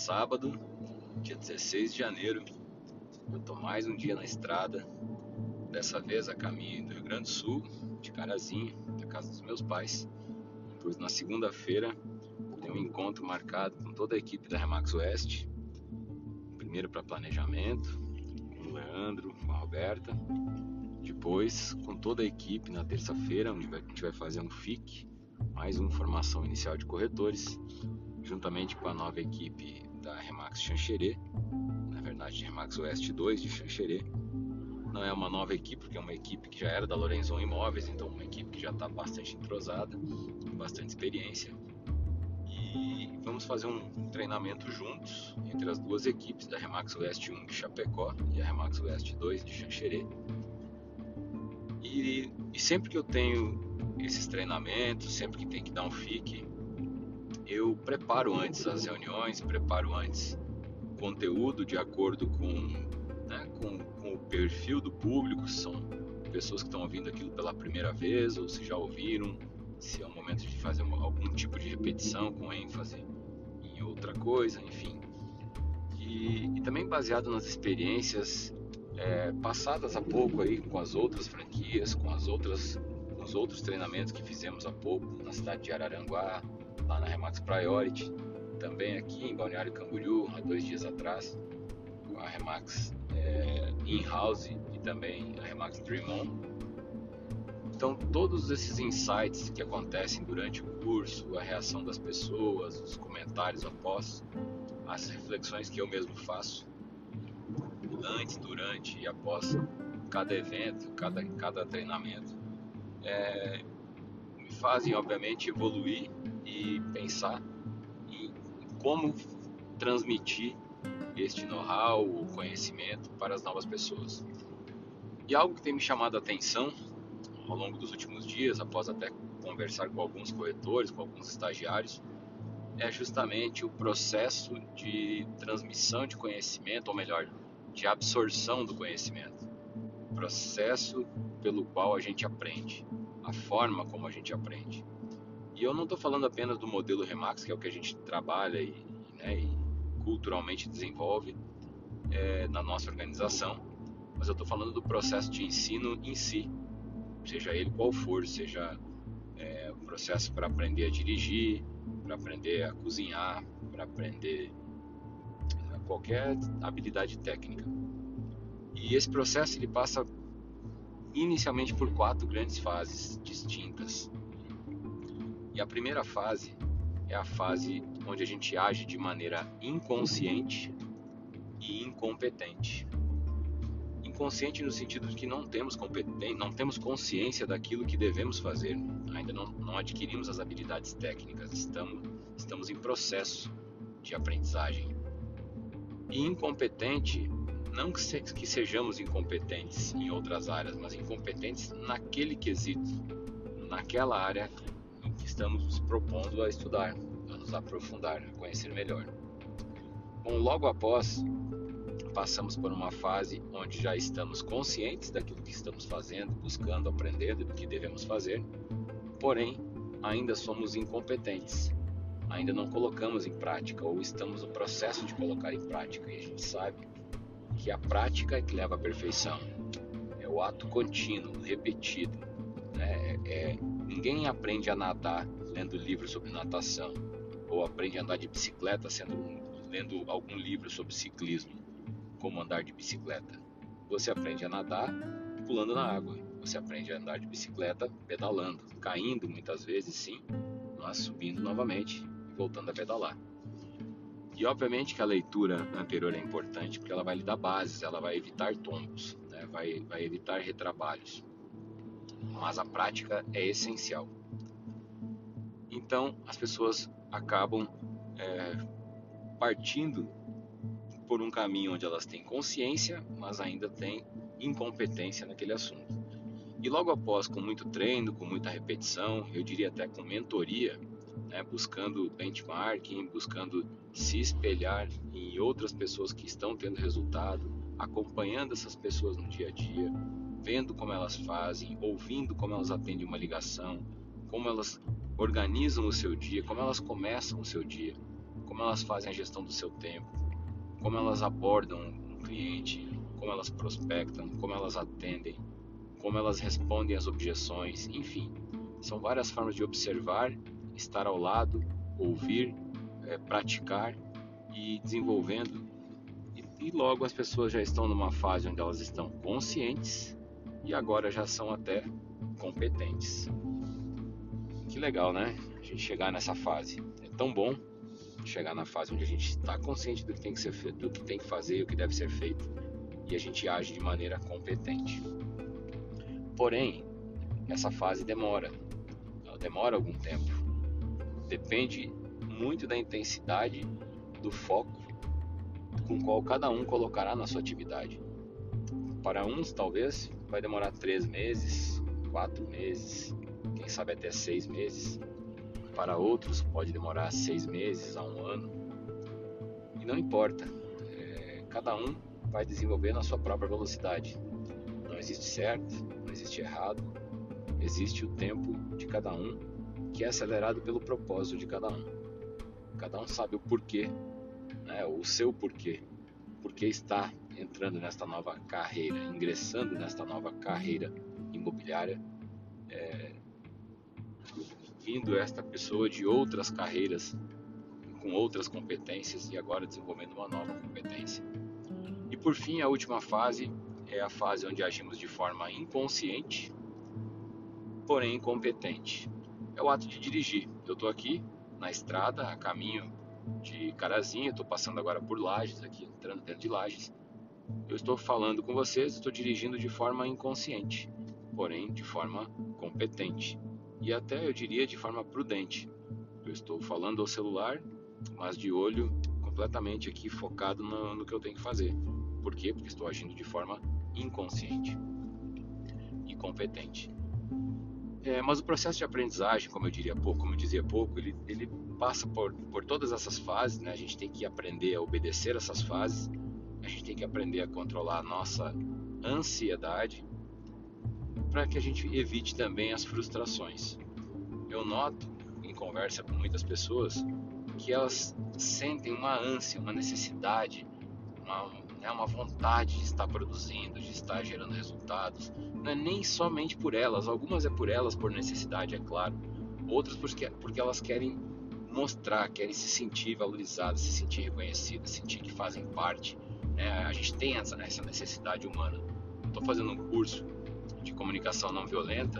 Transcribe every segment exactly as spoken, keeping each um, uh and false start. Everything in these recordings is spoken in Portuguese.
sábado, dia dezesseis de janeiro. Eu tô mais um dia na estrada, dessa vez a caminho do Rio Grande do Sul, de Carazinho, da casa dos meus pais. Pois na segunda-feira tem um encontro marcado com toda a equipe da Remax Oeste. Primeiro para planejamento, com o Leandro, com a Roberta. Depois com toda a equipe na terça-feira, onde a gente vai fazer um F I C, mais uma formação inicial de corretores, juntamente com a nova equipe da Remax Xanxerê, na verdade Remax Oeste dois de Xanxerê. Não é uma nova equipe, porque é uma equipe que já era da Lorenzon Imóveis, então uma equipe que já está bastante entrosada, com bastante experiência. E vamos fazer um treinamento juntos entre as duas equipes, da Remax Oeste um de Chapecó e a Remax Oeste dois de Xanxerê. E, e sempre que eu tenho esses treinamentos, sempre que tem que dar um F I C, eu preparo antes as reuniões, preparo antes o conteúdo de acordo com, né, com, com o perfil do público, se são pessoas que estão ouvindo aquilo pela primeira vez ou se já ouviram, se é o momento de fazer uma, algum tipo de repetição com ênfase em outra coisa, enfim. E, e também baseado nas experiências é, passadas há pouco aí com as outras franquias, com as outras, com os outros treinamentos que fizemos há pouco na cidade de Araranguá, lá na Remax Priority, também aqui em Balneário Camboriú, há dois dias atrás, com a Remax é, In-House e também a Remax Dream On. Então, todos esses insights que acontecem durante o curso, a reação das pessoas, os comentários após, as reflexões que eu mesmo faço, antes, durante e após cada evento, cada, cada treinamento, é, me fazem, obviamente, evoluir e pensar em como transmitir este know-how, o conhecimento para as novas pessoas. E algo que tem me chamado a atenção ao longo dos últimos dias, após até conversar com alguns corretores, com alguns estagiários, é justamente o processo de transmissão de conhecimento, ou melhor, de absorção do conhecimento. O processo pelo qual a gente aprende, a forma como a gente aprende. E eu não estou falando apenas do modelo Remax, que é o que a gente trabalha e, né, e culturalmente desenvolve é, na nossa organização, mas eu estou falando do processo de ensino em si, seja ele qual for, seja é, o processo para aprender a dirigir, para aprender a cozinhar, para aprender qualquer habilidade técnica. E esse processo ele passa inicialmente por quatro grandes fases distintas. E a primeira fase é a fase onde a gente age de maneira inconsciente e incompetente. Inconsciente no sentido de que não temos competência, não temos consciência daquilo que devemos fazer. Ainda não, não adquirimos as habilidades técnicas, estamos, estamos em processo de aprendizagem. E incompetente, não que, se, que sejamos incompetentes em outras áreas, mas incompetentes naquele quesito, naquela área em que estamos nos propondo a estudar, a nos aprofundar, a conhecer melhor. Bom, logo após, passamos por uma fase onde já estamos conscientes daquilo que estamos fazendo, buscando, aprendendo do que devemos fazer, porém, ainda somos incompetentes. Ainda não colocamos em prática ou estamos no processo de colocar em prática, e a gente sabe que a prática é que leva à perfeição, é o ato contínuo, repetido, né? é, é, ninguém aprende a nadar lendo livros sobre natação ou aprende a andar de bicicleta sendo, lendo algum livro sobre ciclismo, como andar de bicicleta. Você aprende a nadar pulando na água, você aprende a andar de bicicleta pedalando, caindo muitas vezes sim, mas subindo novamente, voltando a pedalar. E obviamente que a leitura anterior é importante porque ela vai lhe dar bases, ela vai evitar tombos, né? vai, vai evitar retrabalhos. Mas a prática é essencial. Então as pessoas acabam é, partindo por um caminho onde elas têm consciência, mas ainda têm incompetência naquele assunto. E logo após, com muito treino, com muita repetição, eu diria até com mentoria, né, buscando benchmarking, buscando se espelhar em outras pessoas que estão tendo resultado, acompanhando essas pessoas no dia a dia, vendo como elas fazem, ouvindo como elas atendem uma ligação, como elas organizam o seu dia, como elas começam o seu dia. como elas fazem a gestão do seu tempo, como elas abordam um cliente, como elas prospectam, como elas atendem, como elas respondem às objeções, enfim. São várias formas de observar, estar ao lado, ouvir, é, praticar e desenvolvendo. E, e logo as pessoas já estão numa fase onde elas estão conscientes e agora já são até competentes. Que legal, né? A gente chegar nessa fase. É tão bom chegar na fase onde a gente está consciente do que tem que ser feito, do que tem que fazer, o que deve ser feito, e a gente age de maneira competente. Porém, essa fase demora. Ela demora algum tempo. Depende muito da intensidade, do foco com qual cada um colocará na sua atividade. Para uns, talvez, vai demorar três meses, quatro meses, quem sabe até seis meses. Para outros, pode demorar seis meses a um ano. E não importa, é, cada um vai desenvolver na sua própria velocidade. Não existe certo, não existe errado, existe o tempo de cada um, que é acelerado pelo propósito de cada um. Cada um sabe o porquê, né, o seu porquê, porque está entrando nesta nova carreira, ingressando nesta nova carreira imobiliária, é, vindo esta pessoa de outras carreiras, com outras competências e agora desenvolvendo uma nova competência. E por fim, a última fase é a fase onde agimos de forma inconsciente, porém competente. É o ato de dirigir. Eu estou aqui na estrada, a caminho de Carazinho, estou passando agora por Lages, aqui entrando dentro de Lages. Eu estou falando com vocês, estou dirigindo de forma inconsciente, porém de forma competente. E até eu diria de forma prudente. Eu estou falando ao celular, mas de olho completamente aqui focado no, no que eu tenho que fazer. Por quê? Porque estou agindo de forma inconsciente e competente. É, mas o processo de aprendizagem, como eu diria pouco, como eu dizia pouco, ele, ele passa por, por todas essas fases, né? A gente tem que aprender a obedecer essas fases, a gente tem que aprender a controlar a nossa ansiedade, para que a gente evite também as frustrações. Eu noto, em conversa com muitas pessoas, que elas sentem uma ânsia, uma necessidade, uma, né, uma vontade de estar produzindo, de estar gerando resultados. Não é nem somente por elas, algumas é por elas, por necessidade, é claro. Outras porque, porque elas querem mostrar, querem se sentir valorizadas, se sentir reconhecidas, sentir que fazem parte. Né? A gente tem essa, essa necessidade humana. Estou fazendo um curso de comunicação não violenta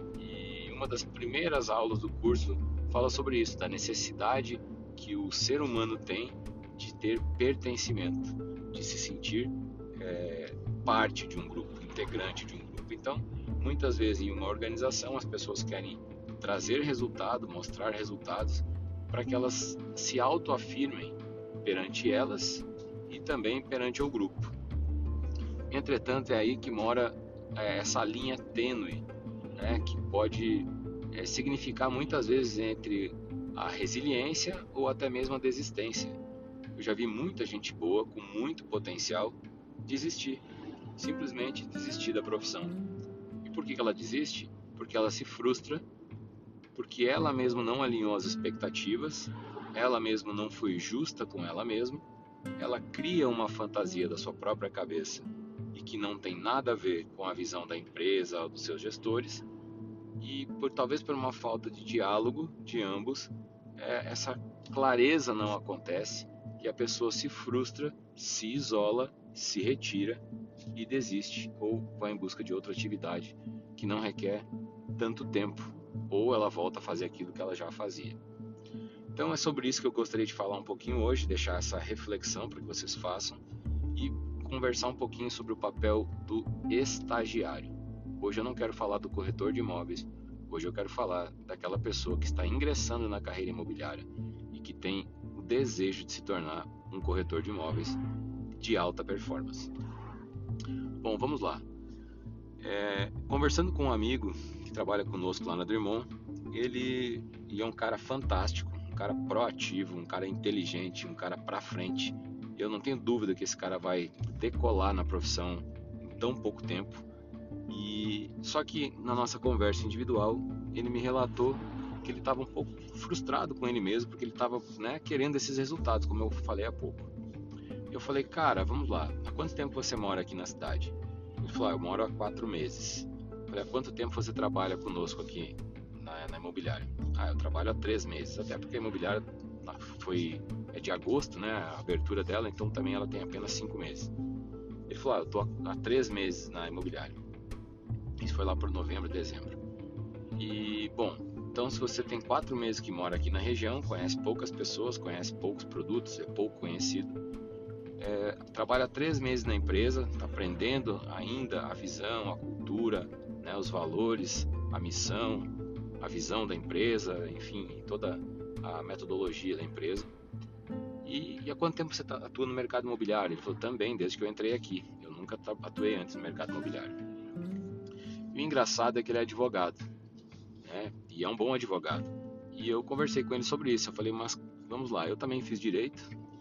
e uma das primeiras aulas do curso fala sobre isso, da necessidade que o ser humano tem de ter pertencimento, de se sentir é, parte de um grupo, integrante de um grupo. Então, muitas vezes em uma organização as pessoas querem trazer resultado, mostrar resultados para que elas se autoafirmem perante elas e também perante o grupo. Entretanto, é aí que mora é, essa linha tênue, né, que pode é, significar muitas vezes entre a resiliência ou até mesmo a desistência. Eu já vi muita gente boa, com muito potencial, desistir, simplesmente desistir da profissão. E por que ela desiste? Porque ela se frustra, porque ela mesma não alinhou as expectativas, ela mesma não foi justa com ela mesma, ela cria uma fantasia da sua própria cabeça e que não tem nada a ver com a visão da empresa ou dos seus gestores, e por, talvez por uma falta de diálogo de ambos, é, essa clareza não acontece e a pessoa se frustra, se isola, se retira e desiste ou vai em busca de outra atividade que não requer tanto tempo, ou ela volta a fazer aquilo que ela já fazia. Então é sobre isso que eu gostaria de falar um pouquinho hoje, deixar essa reflexão para que vocês façam e conversar um pouquinho sobre o papel do estagiário. Hoje eu não quero falar do corretor de imóveis, hoje eu quero falar daquela pessoa que está ingressando na carreira imobiliária e que tem o desejo de se tornar um corretor de imóveis de alta performance. Bom, vamos lá. É, conversando com um amigo que trabalha conosco lá na Drummond, ele, ele é um cara fantástico, um cara proativo, um cara inteligente, um cara pra frente. Eu não tenho dúvida que esse cara vai decolar na profissão em tão pouco tempo. E só que na nossa conversa individual ele me relatou que ele estava um pouco frustrado com ele mesmo, porque ele estava, né, querendo esses resultados, como eu falei há pouco. Eu falei, cara, vamos lá, há quanto tempo você mora aqui na cidade? Ele falou, ah, eu moro há quatro meses. Eu falei, há quanto tempo você trabalha conosco aqui na, na imobiliária? Ah, eu trabalho há três meses, até porque a imobiliária foi, é de agosto, né, a abertura dela, então também ela tem apenas cinco meses. Ele falou, ah, eu tô há três meses na imobiliária. Isso foi lá por novembro, dezembro. E, bom, então se você tem quatro meses que mora aqui na região, conhece poucas pessoas, conhece poucos produtos, é pouco conhecido, é, trabalha três meses na empresa, está aprendendo ainda a visão, a cultura, né, os valores, a missão, a visão da empresa, enfim, toda a metodologia da empresa. E, e há quanto tempo você tá, atua no mercado imobiliário? Ele falou, também, desde que eu entrei aqui. Eu nunca atuei antes no mercado imobiliário. E o engraçado é que ele é advogado, né? E é um bom advogado. E eu conversei com ele sobre isso. Eu falei, mas vamos lá, eu também fiz direito.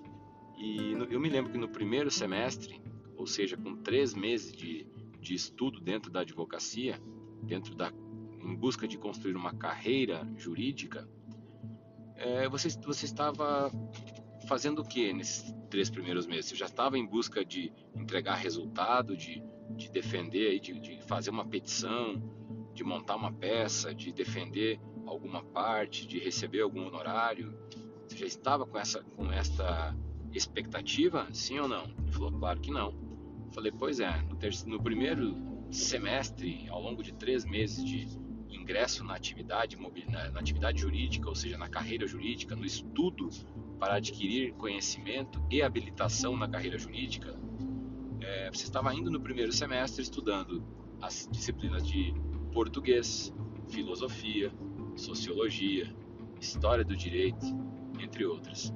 E no, eu me lembro que no primeiro semestre, ou seja, com três meses de, de estudo dentro da advocacia, dentro da, em busca de construir uma carreira jurídica, é, você, você estava fazendo o que nesses três primeiros meses? Você já estava em busca de entregar resultado, de, de defender, de, de fazer uma petição, de montar uma peça, de defender alguma parte, de receber algum honorário? Você já estava com essa, com esta expectativa, sim ou não? Ele falou, claro que não. Eu falei, pois é, no, terceiro, no primeiro semestre, ao longo de três meses de ingresso na atividade, na atividade jurídica, ou seja, na carreira jurídica, no estudo para adquirir conhecimento e habilitação na carreira jurídica, é, você estava indo no primeiro semestre estudando as disciplinas de português, filosofia, sociologia, história do direito, entre outras.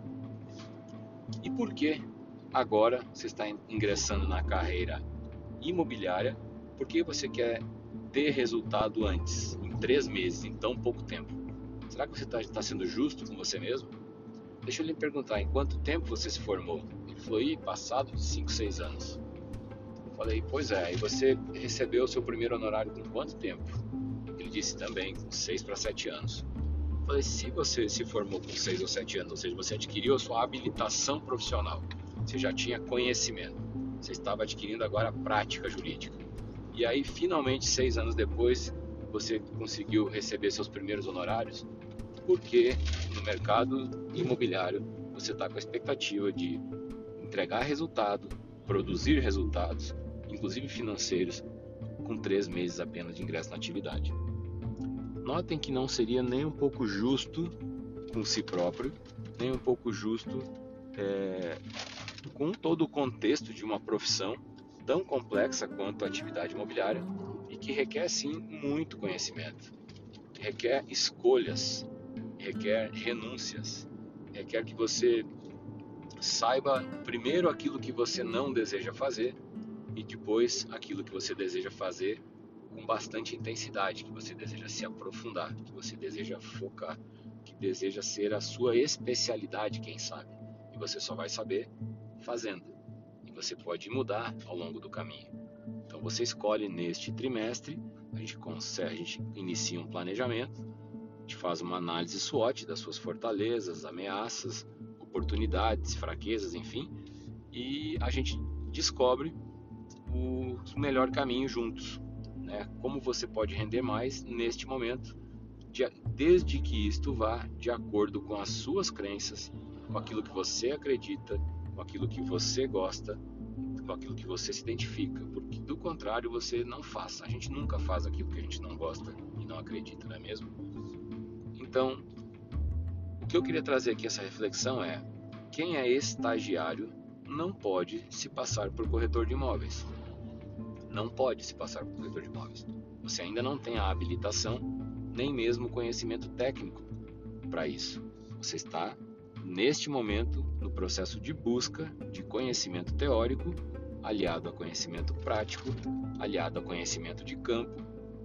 E por que agora você está ingressando na carreira imobiliária? Por que você quer ter resultado antes, em três meses, em tão pouco tempo? Será que você está, está sendo justo com você mesmo? Deixa eu lhe perguntar, em quanto tempo você se formou? Ele falou, e passado de cinco, seis anos. Eu falei, pois é, e você recebeu o seu primeiro honorário com quanto tempo? Ele disse também, com seis para sete anos. Eu falei, se você se formou com seis ou sete anos, ou seja, você adquiriu a sua habilitação profissional, você já tinha conhecimento, você estava adquirindo agora a prática jurídica. E aí, finalmente, seis anos depois, você conseguiu receber seus primeiros honorários, porque no mercado imobiliário você está com a expectativa de entregar resultado, produzir resultados, inclusive financeiros, com três meses apenas de ingresso na atividade. Notem que não seria nem um pouco justo com si próprio, nem um pouco justo é, com todo o contexto de uma profissão tão complexa quanto a atividade imobiliária e que requer sim muito conhecimento, requer escolhas, requer renúncias, requer que você saiba primeiro aquilo que você não deseja fazer e depois aquilo que você deseja fazer com bastante intensidade, que você deseja se aprofundar, que você deseja focar, que deseja ser a sua especialidade, quem sabe. E você só vai saber fazendo. E você pode mudar ao longo do caminho. Então você escolhe neste trimestre, a gente, consegue, a gente inicia um planejamento, a gente faz uma análise SWOT das suas fortalezas, ameaças, oportunidades, fraquezas, enfim, e a gente descobre o melhor caminho juntos, né? Como você pode render mais neste momento, desde que isto vá de acordo com as suas crenças, com aquilo que você acredita, com aquilo que você gosta, com aquilo que você se identifica, porque do contrário você não faz. A gente nunca faz aquilo que a gente não gosta e não acredita, não é mesmo? Então, o que eu queria trazer aqui essa reflexão é: quem é estagiário não pode se passar por corretor de imóveis. Não pode se passar por corretor de imóveis. Você ainda não tem a habilitação, nem mesmo o conhecimento técnico para isso. Você está, neste momento, no processo de busca de conhecimento teórico, aliado a conhecimento prático, aliado a conhecimento de campo,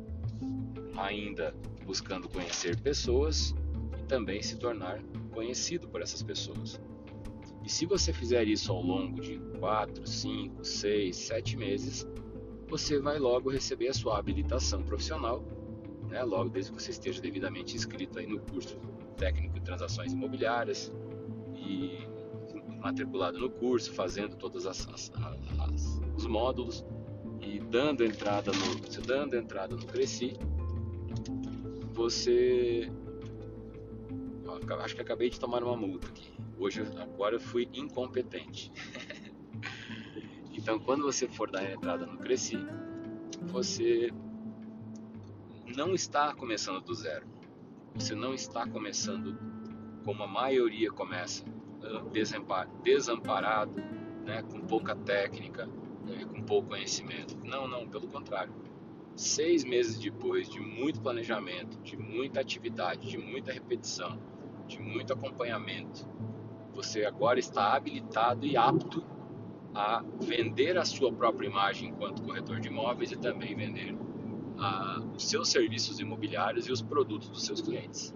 ainda buscando conhecer pessoas e também se tornar conhecido por essas pessoas. E se você fizer isso ao longo de quatro, cinco, seis, sete meses, você vai logo receber a sua habilitação profissional, né? Logo, desde que você esteja devidamente inscrito aí no curso técnico de transações imobiliárias e matriculado no curso, fazendo todos as, as, as, os módulos e dando entrada no, você dando entrada no Cresci, você... Ó, acho que acabei de tomar uma multa aqui. Hoje, agora eu fui incompetente. Então, quando você for dar entrada no Cresci, você não está começando do zero. Você não está começando como a maioria começa, desamparado, né, com pouca técnica, né, com pouco conhecimento. Não, não, pelo contrário. Seis meses depois de muito planejamento, de muita atividade, de muita repetição, de muito acompanhamento, você agora está habilitado e apto a vender a sua própria imagem enquanto corretor de imóveis e também vender a, os seus serviços imobiliários e os produtos dos seus clientes.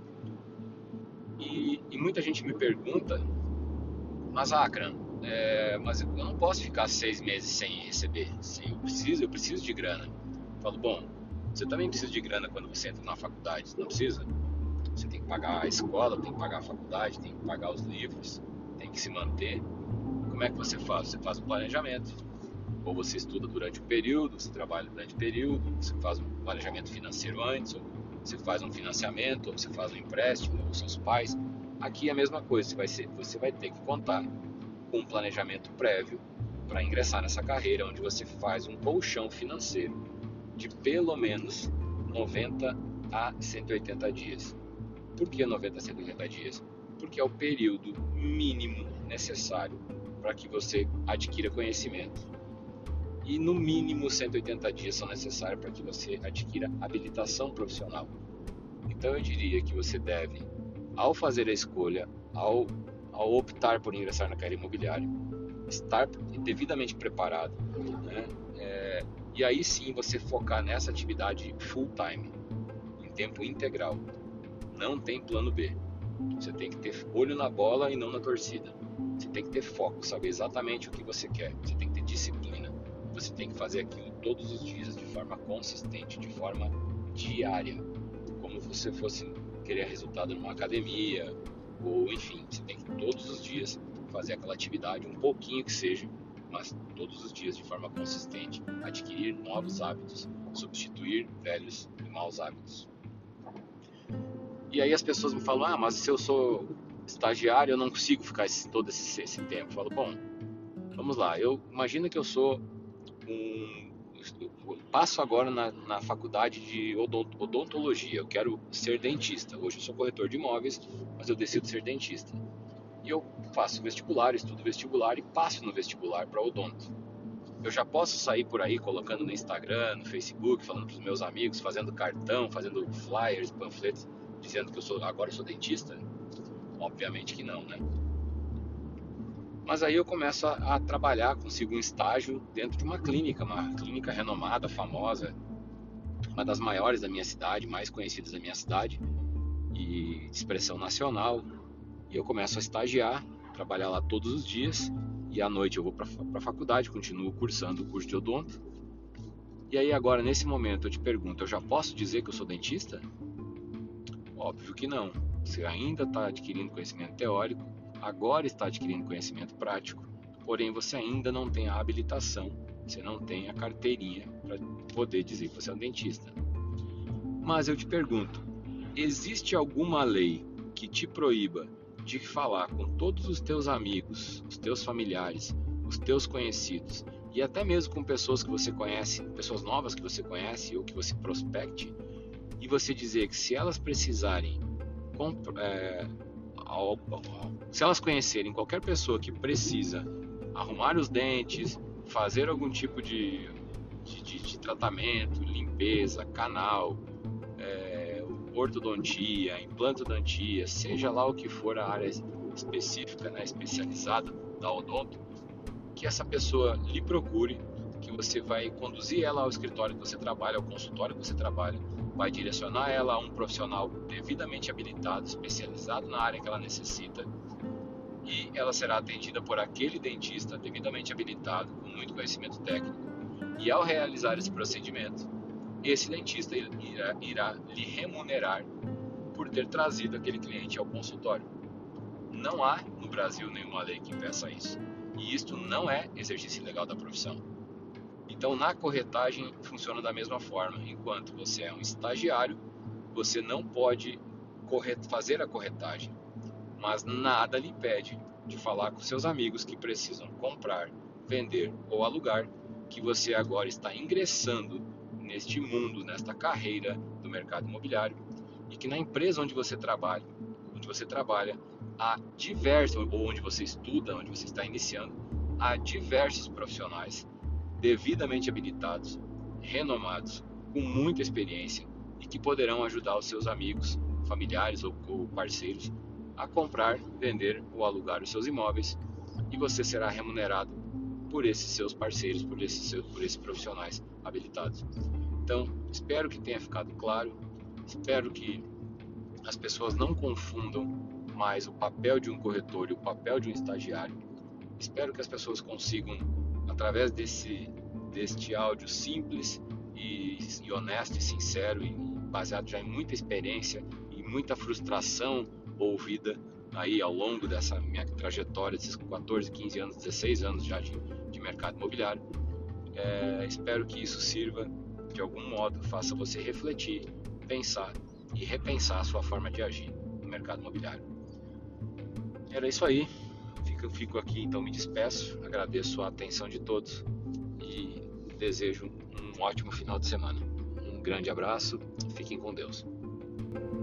E, e muita gente me pergunta, mas Akram, é, mas eu não posso ficar seis meses sem receber. Sim, eu preciso, eu preciso de grana. Eu falo, bom, você também precisa de grana quando você entra na faculdade, não precisa? Você tem que pagar a escola, tem que pagar a faculdade, tem que pagar os livros, tem que se manter. Como é que você faz? Você faz um planejamento. Ou você estuda durante o período, você trabalha durante o período, você faz um planejamento financeiro antes, ou você faz um financiamento, ou você faz um empréstimo, ou seus pais. Aqui é a mesma coisa, você vai, ser, você vai ter que contar com um planejamento prévio para ingressar nessa carreira, onde você faz um colchão financeiro de pelo menos noventa a cento e oitenta dias. Por que noventa a cento e oitenta dias? Porque é o período mínimo necessário para que você adquira conhecimento. E no mínimo cento e oitenta dias são necessários para que você adquira habilitação profissional. Então eu diria que você deve, ao fazer a escolha, ao, ao optar por ingressar na carreira imobiliária, estar devidamente preparado, né? É, e aí sim você focar nessa atividade full time, em tempo integral. Não tem plano B. Você tem que ter olho na bola e não na torcida. Você tem que ter foco, saber exatamente o que você quer. Você tem que ter disciplina. Você tem que fazer aquilo todos os dias, de forma consistente, de forma diária. Como se você fosse querer resultado numa academia, ou enfim, você tem que todos os dias fazer aquela atividade, um pouquinho que seja, mas todos os dias de forma consistente, adquirir novos hábitos, substituir velhos e maus hábitos. E aí as pessoas me falam, ah, mas se eu sou estagiário eu não consigo ficar esse, todo esse, esse tempo. Eu falo, bom, vamos lá, eu imagino que eu sou um, eu passo agora na, na faculdade de odontologia, eu quero ser dentista. Hoje eu sou corretor de imóveis, mas eu decido ser dentista. E eu faço vestibular, estudo vestibular e passo no vestibular para odonto. Eu já posso sair por aí colocando no Instagram, no Facebook, falando para os meus amigos, fazendo cartão, fazendo flyers, panfletos, dizendo que eu sou, agora eu sou dentista? Obviamente que não, né? Mas aí eu começo a, a trabalhar, consigo um estágio dentro de uma clínica, uma clínica renomada, famosa, uma das maiores da minha cidade, mais conhecidas da minha cidade, e de expressão nacional. E eu começo a estagiar, trabalhar lá todos os dias, e à noite eu vou para a faculdade, continuo cursando o curso de odonto. E aí agora, nesse momento, eu te pergunto, eu já posso dizer que eu sou dentista? Óbvio que não. Você ainda está adquirindo conhecimento teórico, agora está adquirindo conhecimento prático, porém você ainda não tem a habilitação, você não tem a carteirinha para poder dizer que você é um dentista. Mas eu te pergunto, existe alguma lei que te proíba de falar com todos os teus amigos, os teus familiares, os teus conhecidos e até mesmo com pessoas que você conhece, pessoas novas que você conhece ou que você prospecte, e você dizer que se elas precisarem, é, se elas conhecerem qualquer pessoa que precisa arrumar os dentes, fazer algum tipo de, de, de, de tratamento, limpeza, canal, é, ortodontia, implantodontia, seja lá o que for a área específica, né, especializada da odonto, que essa pessoa lhe procure, que você vai conduzir ela ao escritório que você trabalha, ao consultório que você trabalha, vai direcionar ela a um profissional devidamente habilitado, especializado na área que ela necessita, e ela será atendida por aquele dentista devidamente habilitado, com muito conhecimento técnico. E ao realizar esse procedimento, esse dentista irá, irá lhe remunerar por ter trazido aquele cliente ao consultório. Não há no Brasil nenhuma lei que impeça isso. E isto não é exercício legal da profissão. Então, na corretagem, funciona da mesma forma. Enquanto você é um estagiário, você não pode fazer a corretagem, mas nada lhe impede de falar com seus amigos que precisam comprar, vender ou alugar, que você agora está ingressando neste mundo, nesta carreira do mercado imobiliário, e que na empresa onde você trabalha, onde você trabalha, há diversos, ou onde você estuda, onde você está iniciando, há diversos profissionais devidamente habilitados, renomados, com muita experiência e que poderão ajudar os seus amigos, familiares ou, ou parceiros a comprar, vender ou alugar os seus imóveis, e você será remunerado por esses seus parceiros, por esses, seus, por esses profissionais habilitados. Então, espero que tenha ficado claro, espero que as pessoas não confundam mais o papel de um corretor e o papel de um estagiário. Espero que as pessoas consigam, através desse, deste áudio simples e, e honesto e sincero, e baseado já em muita experiência e muita frustração ouvida aí ao longo dessa minha trajetória, desses quatorze, quinze anos, dezesseis anos já de, de mercado imobiliário, é, espero que isso sirva de algum modo, faça você refletir, pensar e repensar a sua forma de agir no mercado imobiliário. Era isso aí. Fico, fico aqui, então me despeço, agradeço a atenção de todos e desejo um ótimo final de semana. Um grande abraço, fiquem com Deus.